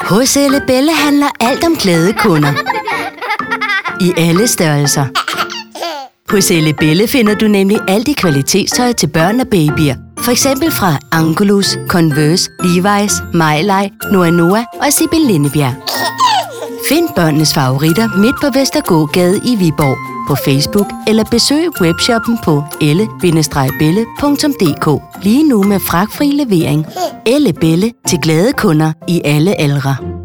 Hos Elle Belle handler alt om glade kunder. I alle størrelser. Hos Elle Belle finder du nemlig alt i kvalitetstøj til børn og babyer. For eksempel fra Angelus, Converse, Levi's, Mejlaj, Noa Noa og Sibyl Lindebjerg. Find børnenes favoritter midt på Vestergågade i Viborg på Facebook eller besøg webshoppen på elle-belle.dk. Lige nu med fragtfri levering. Elle Belle til glade kunder i alle aldre.